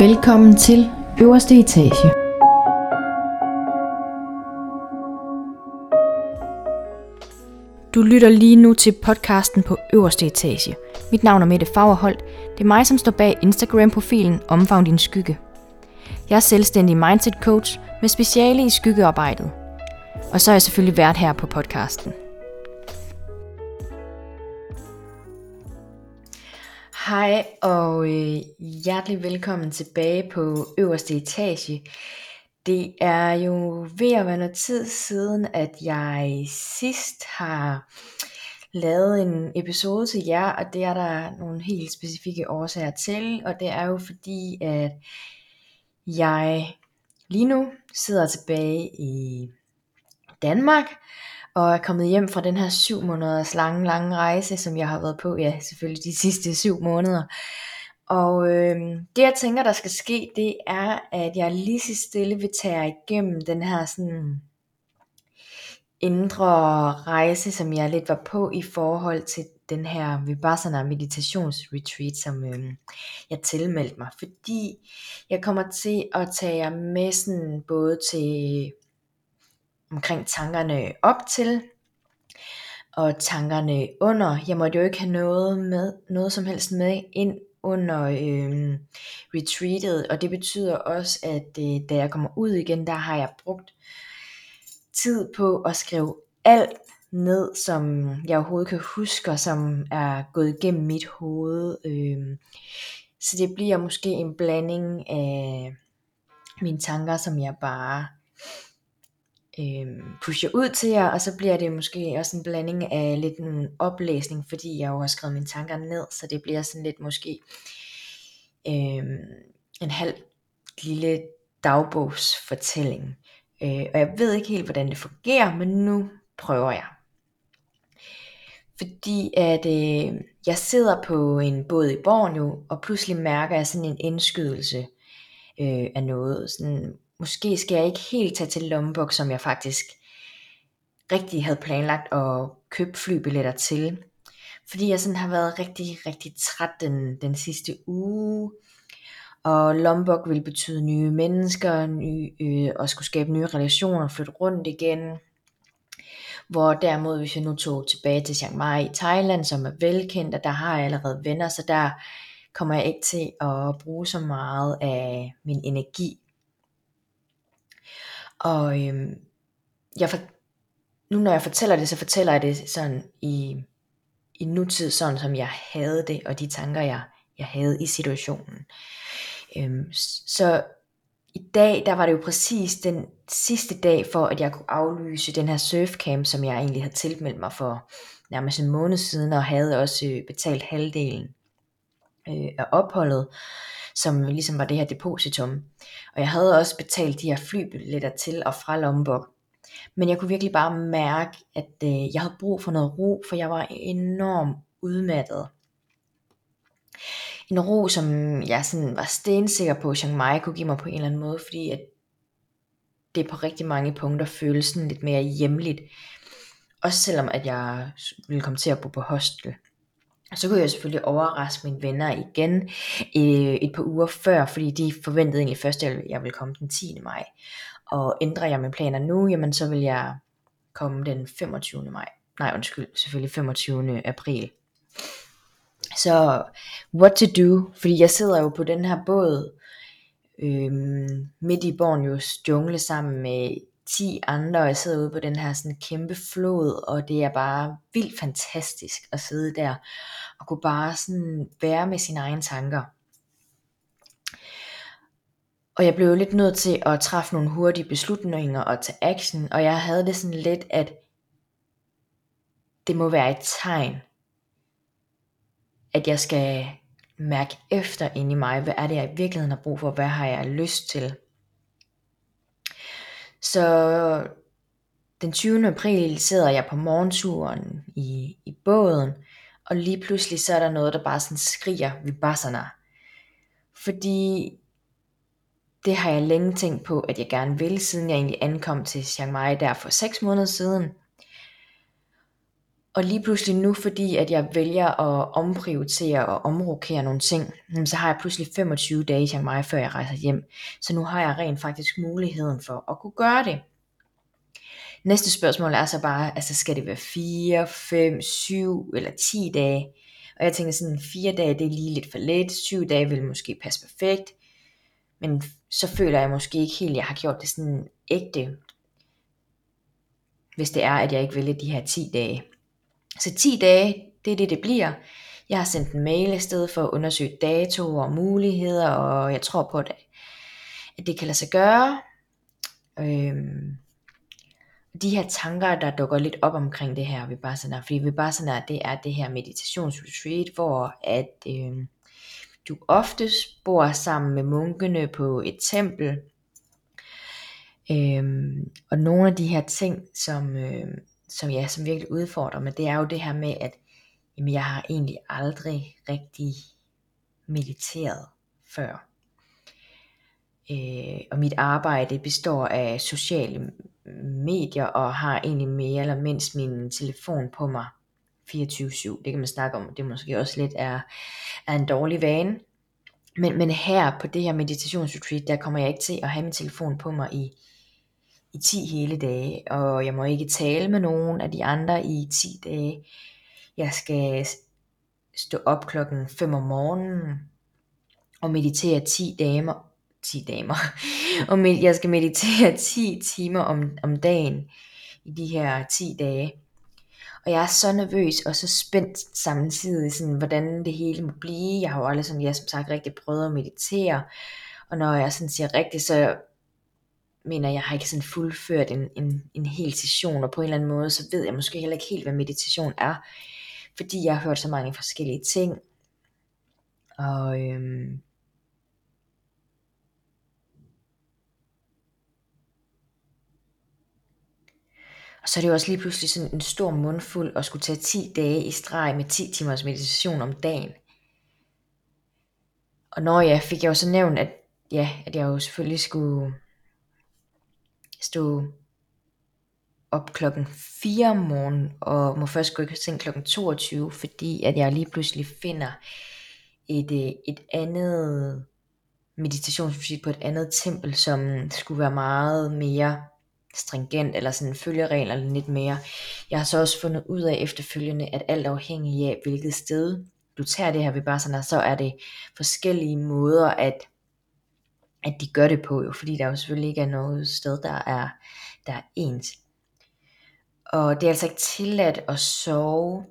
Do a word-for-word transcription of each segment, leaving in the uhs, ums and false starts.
Velkommen til øverste etage. Du lytter lige nu til podcasten på øverste etage. Mit navn er Mette Fagerholt. Det er mig, som står bag Instagram-profilen Omfavn din skygge. Jeg er selvstændig mindset coach med speciale i skyggearbejdet. Og så er jeg selvfølgelig vært her på podcasten. Hej og øh, hjertelig velkommen tilbage på øverste etage. Det er jo ved at være noget tid siden, at jeg sidst har lavet en episode til jer, og det er der nogle helt specifikke årsager til, og det er jo fordi, at jeg lige nu sidder tilbage i Danmark, og er kommet hjem fra den her syv måneders lange, lange rejse, som jeg har været på, ja, selvfølgelig de sidste syv måneder. Og øh, det jeg tænker, der skal ske, det er, at jeg lige så stille vil tage jer igennem den her sådan indre rejse, som jeg lidt var på i forhold til den her Vipassana meditationsretreat, som øh, jeg tilmeldte mig. Fordi jeg kommer til at tage jer med sådan både til omkring tankerne op til og tankerne under. Jeg måtte jo ikke have noget med noget som helst med ind under øh, retreatet, og det betyder også, at øh, da jeg kommer ud igen, der har jeg brugt tid på at skrive alt ned, som jeg overhovedet kan huske, og som er gået igennem mit hoved. Øh, så det bliver måske en blanding af mine tanker, som jeg bare Øhm, pusher ud til jer, og så bliver det måske også en blanding af lidt en oplæsning, fordi jeg jo har skrevet mine tanker ned, så det bliver sådan lidt måske øhm, en halv lille dagbogsfortælling. Øh, og jeg ved ikke helt, hvordan det fungerer, men nu prøver jeg. Fordi at øh, jeg sidder på en båd i Borneo, og pludselig mærker jeg sådan en indskydelse øh, af noget. Sådan, måske skal jeg ikke helt tage til Lombok, som jeg faktisk rigtig havde planlagt at købe flybilletter til. Fordi jeg sådan har været rigtig, rigtig træt den, den sidste uge. Og Lombok ville betyde nye mennesker, nye, øh, og skulle skabe nye relationer, flytte rundt igen. Hvor derimod, hvis jeg nu tog tilbage til Chiang Mai i Thailand, som er velkendt, og der har jeg allerede venner, så der kommer jeg ikke til at bruge så meget af min energi. Og øhm, jeg for, nu når jeg fortæller det, så fortæller jeg det sådan i, i nutid, sådan som jeg havde det, og de tanker, jeg, jeg havde i situationen. Øhm, så i dag, der var det jo præcis den sidste dag, for at jeg kunne aflyse den her surfcamp, som jeg egentlig havde tilmeldt mig for nærmest en måned siden, og havde også øh, betalt halvdelen øh, af opholdet, som ligesom var det her depositum. Og jeg havde også betalt de her flybilletter til og fra Lombok. Men jeg kunne virkelig bare mærke, at øh, jeg havde brug for noget ro, for jeg var enormt udmattet. En ro, som jeg sådan var stensikker på, at Chiang Mai kunne give mig på en eller anden måde, fordi at det på rigtig mange punkter føles sådan lidt mere hjemligt. Også selvom at jeg ville komme til at bo på hostel. Og så kunne jeg selvfølgelig overraske mine venner igen øh, et par uger før, fordi de forventede egentlig først, at jeg ville komme den tiende maj. Og ændrer jeg mine planer nu, jamen så vil jeg komme den femogtyvende maj. Nej, undskyld, selvfølgelig femogtyvende april. Så what to do? Fordi jeg sidder jo på den her båd øhm, midt i Borneos jungle sammen med ti andre, og jeg sidder ude på den her sådan kæmpe flod, og det er bare vildt fantastisk at sidde der og kunne bare sådan være med sine egne tanker. Og jeg blev jo lidt nødt til at træffe nogle hurtige beslutninger og tage action, og jeg havde det sådan lidt, at det må være et tegn, at jeg skal mærke efter ind i mig, hvad er det jeg i virkeligheden har brug for, hvad har jeg lyst til. Så den tyvende april sidder jeg på morgenturen i, i båden, og lige pludselig så er der noget, der bare sådan skriger Vipassana. Fordi det har jeg længe tænkt på, at jeg gerne vil, siden jeg egentlig ankom til Chiang Mai der for seks måneder siden. Og lige pludselig nu, fordi at jeg vælger at omprioritere og omrokere nogle ting, så har jeg pludselig femogtyve dage til mig, før jeg rejser hjem. Så nu har jeg rent faktisk muligheden for at kunne gøre det. Næste spørgsmål er så bare, altså skal det være fire, fem, syv eller ti dage? Og jeg tænker sådan, fire dage det er lige lidt for lidt, syv dage vil måske passe perfekt. Men så føler jeg måske ikke helt, at jeg har gjort det sådan ægte, hvis det er, at jeg ikke vælger de her ti dage. Så ti dage, det er det, det bliver. Jeg har sendt en mail i stedet for at undersøge datoer og muligheder, og jeg tror på, at det kan lade sig gøre. Øhm, de her tanker, der dukker lidt op omkring det her Vipassana, fordi Vipassana, det er det her meditationsretreat, hvor at øhm, du oftest bor sammen med munkene på et tempel, øhm, og nogle af de her ting, som, øhm, som, ja, som virkelig udfordrer mig, det er jo det her med, at jamen, jeg har egentlig aldrig rigtig mediteret før. Øh, og mit arbejde består af sociale medier, og har egentlig mere eller mindst min telefon på mig fireogtyve syv. Det kan man snakke om, det måske også lidt er, er en dårlig vane. Men, men her på det her meditationsretreat, der kommer jeg ikke til at have min telefon på mig i, i ti hele dage, og jeg må ikke tale med nogen af de andre i ti dage. Jeg skal stå op klokken fem om morgenen og meditere ti damer, ti damer, og med, jeg skal meditere ti timer om, om dagen i de her ti dage. Og jeg er så nervøs og så spændt samtidig, sådan, hvordan det hele må blive. Jeg har jo aldrig, som jeg som sagt, rigtig prøvet at meditere, og når jeg sådan siger rigtigt, så mener jeg, jeg har ikke sådan fuldført en, en, en hel session, og på en eller anden måde, så ved jeg måske heller ikke helt, hvad meditation er, fordi jeg har hørt så mange forskellige ting. Og øhm, Og så er det jo også lige pludselig sådan en stor mundfuld at skulle tage ti dage i streg med ti timers meditation om dagen. Og når jeg fik jeg jo så nævnt, at, ja, at jeg jo selvfølgelig skulle stå op klokken fire om morgenen, og må først gå i seng klokken toogtyve, fordi at jeg lige pludselig finder et, øh, et andet meditationsretreat på et andet tempel, som skulle være meget mere stringent, eller sådan følge reglerne lidt mere. Jeg har så også fundet ud af efterfølgende, at alt afhængig af hvilket sted du tager det her Vipassana, så er det forskellige måder at, at de gør det på, jo, fordi der jo selvfølgelig ikke er noget sted, der er, der er ens. Og det er altså ikke tilladt at sove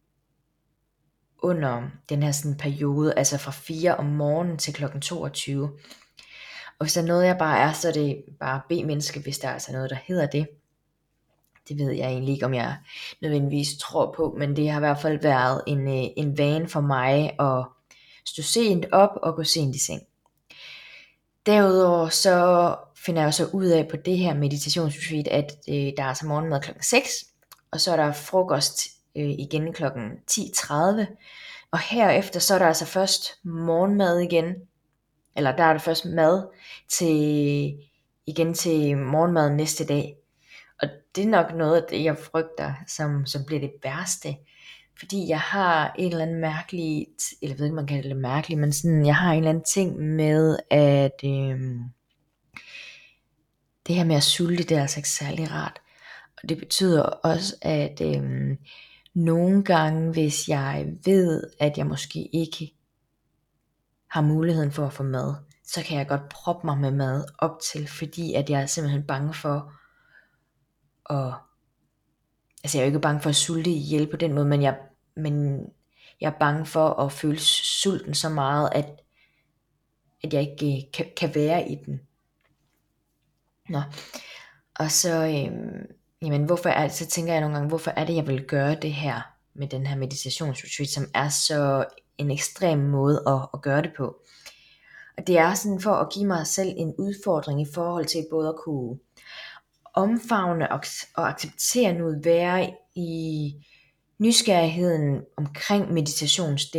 under den her sådan periode, altså fra fire om morgenen til klokken toogtyve. Og hvis der er noget, jeg bare er, så er det bare B-menneske, hvis der er altså noget, der hedder det. Det ved jeg egentlig ikke, om jeg nødvendigvis tror på, men det har i hvert fald været en, en vane for mig at stå sent op og gå sent i seng. Derudover så finder jeg så ud af på det her meditationsretreat, at øh, der er altså morgenmad klokken seks, og så er der frokost øh, igen klokken ti tredive, og herefter så er der altså først morgenmad igen, eller der er der først mad til, igen til morgenmad næste dag. Og det er nok noget af det, jeg frygter, som, som bliver det værste. Fordi jeg har en eller anden mærkelig, eller jeg ved ikke, man kan det mærkelig, men sådan, jeg har en eller anden ting med, at øhm, det her med at sulte, det er altså ikke særlig rart. Og det betyder også, at øhm, nogle gange, hvis jeg ved, at jeg måske ikke har muligheden for at få mad, så kan jeg godt proppe mig med mad op til, fordi at jeg er simpelthen bange for at, altså jeg er jo ikke bange for at sulte ihjel på den måde, men jeg, men jeg er bange for at føle sulten så meget, at, at jeg ikke kan, kan være i den. Nå. Og så, øhm, jamen hvorfor er det, så tænker jeg nogle gange, hvorfor er det, jeg vil gøre det her, med den her meditationsretreat, som er så en ekstrem måde at, at gøre det på. Og det er sådan for at give mig selv en udfordring i forhold til både at kunne omfavne og, og acceptere noget, være i nysgerrigheden omkring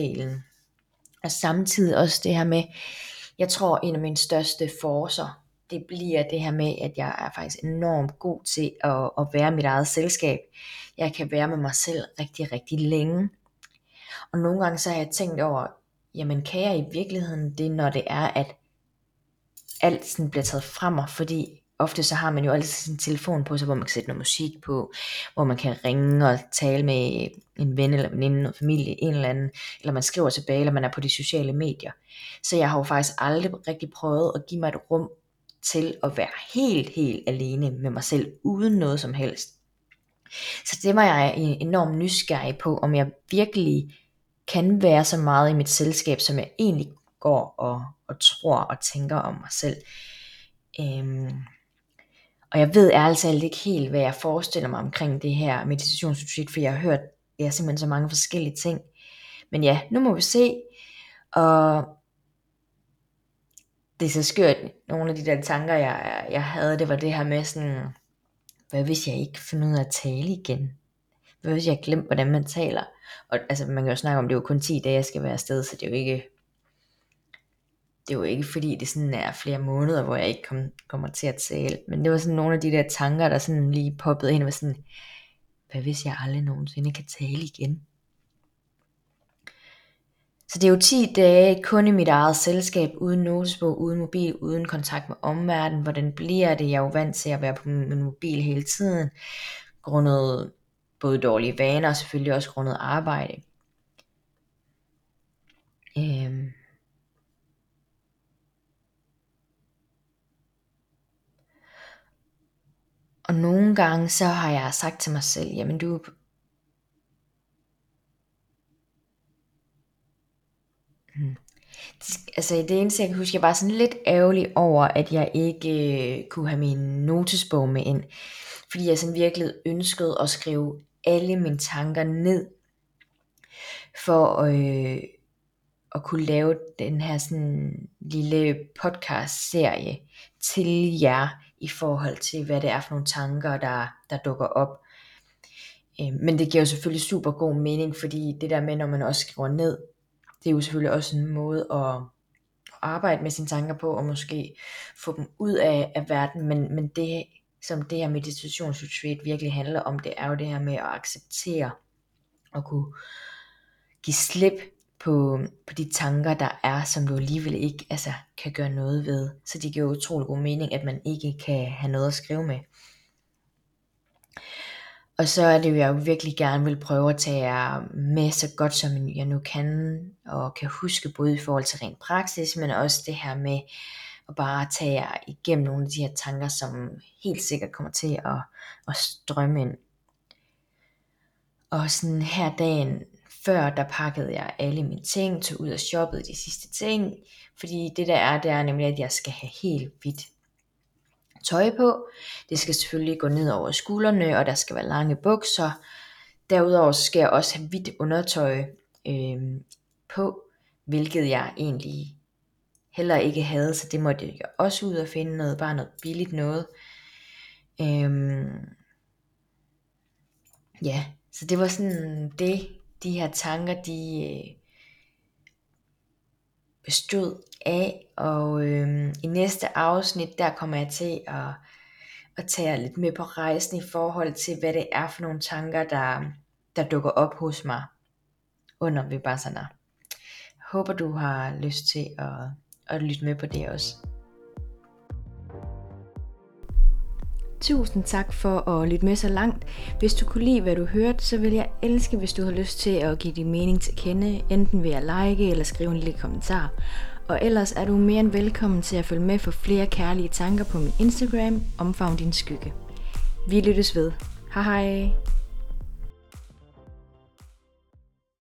meditationsdelen. Og samtidig også det her med, jeg tror en af mine største forcer, det bliver det her med, at jeg er faktisk enormt god til at, at være mit eget selskab. Jeg kan være med mig selv rigtig, rigtig længe. Og nogle gange så har jeg tænkt over, jamen kan jeg i virkeligheden det, når det er, at alt sådan bliver taget fra mig, fordi ofte så har man jo altid sin telefon på sig, hvor man kan sætte noget musik på, hvor man kan ringe og tale med en ven eller veninde, noget familie, en eller anden, eller man skriver tilbage, eller man er på de sociale medier. Så jeg har jo faktisk aldrig rigtig prøvet at give mig et rum til at være helt, helt alene med mig selv, uden noget som helst. Så det var jeg enormt nysgerrig på, om jeg virkelig kan være så meget i mit selskab, som jeg egentlig går og, og tror og tænker om mig selv. Øhm, og jeg ved ærligt talt ikke helt, hvad jeg forestiller mig omkring det her meditationsretreat, for jeg har hørt ja, simpelthen så mange forskellige ting. Men ja, nu må vi se. Og det er så skørt, nogle af de der tanker, jeg, jeg havde, det var det her med sådan, hvad hvis jeg ikke finder ud af at tale igen? Hvad hvis jeg har glemt, hvordan man taler? Og altså, man kan jo snakke om, det er jo kun ti dage, jeg skal være afsted, så det er jo ikke, det er jo ikke fordi, det sådan er flere måneder, hvor jeg ikke kom, kommer til at tale. Men det var sådan nogle af de der tanker, der sådan lige poppede ind, og var sådan, hvad hvis jeg aldrig nogensinde kan tale igen? Så det er jo ti dage kun i mit eget selskab, uden notesbog, uden mobil, uden kontakt med omverdenen. Hvordan bliver det? Jeg er jo vant til at være på min mobil hele tiden, grundet både dårlige vaner og selvfølgelig også grundet arbejde. Øhm. Og nogle gange så har jeg sagt til mig selv, jamen du hmm. Altså det eneste jeg kan huske, jeg var sådan lidt ærgerlig over, at jeg ikke øh, kunne have min notesbog med ind. Fordi jeg sådan virkelig ønskede at skrive alle mine tanker ned, for øh, at kunne lave den her sådan lille podcast-serie til jer, i forhold til hvad det er for nogle tanker, der, der dukker op. Øh, men det giver jo selvfølgelig super god mening, fordi det der med, når man også skriver ned, det er jo selvfølgelig også en måde at arbejde med sine tanker på, og måske få dem ud af, af verden, men, men det, som det her meditationsretreat virkelig handler om, det er jo det her med at acceptere, og kunne give slip på, på de tanker, der er, som du alligevel ikke altså, kan gøre noget ved. Så det giver jo utrolig god mening, at man ikke kan have noget at skrive med. Og så er det jo, jeg jo virkelig gerne vil prøve at tage jer med så godt som jeg nu kan, og kan huske både i forhold til ren praksis, men også det her med at bare tage jer igennem nogle af de her tanker, som helt sikkert kommer til at, at strømme ind. Og sådan her dagen før, der pakkede jeg alle mine ting, tog ud og shoppede de sidste ting, fordi det der er, det er nemlig, at jeg skal have helt hvidt tøj på. Det skal selvfølgelig gå ned over skuldrene, og der skal være lange bukser. Derudover skal jeg også have hvidt undertøj øh, på, hvilket jeg egentlig heller ikke havde, så det måtte jeg også ud og finde noget, bare noget billigt noget. Øh, ja, så det var sådan det, de her tanker, de øh, bestod af, og øh, i næste afsnit, der kommer jeg til at, at tage jer lidt med på rejsen i forhold til, hvad det er for nogle tanker, der, der dukker op hos mig under Vipassana. Jeg håber, du har lyst til at, at lytte med på det også. Tusind tak for at lytte med så langt. Hvis du kunne lide, hvad du hørte, så vil jeg elske, hvis du har lyst til at give din mening til kende, enten ved at like eller skrive en lille kommentar. Og ellers er du mere end velkommen til at følge med for flere kærlige tanker på min Instagram, Omfavn din skygge. Vi lyttes ved. Hej hej!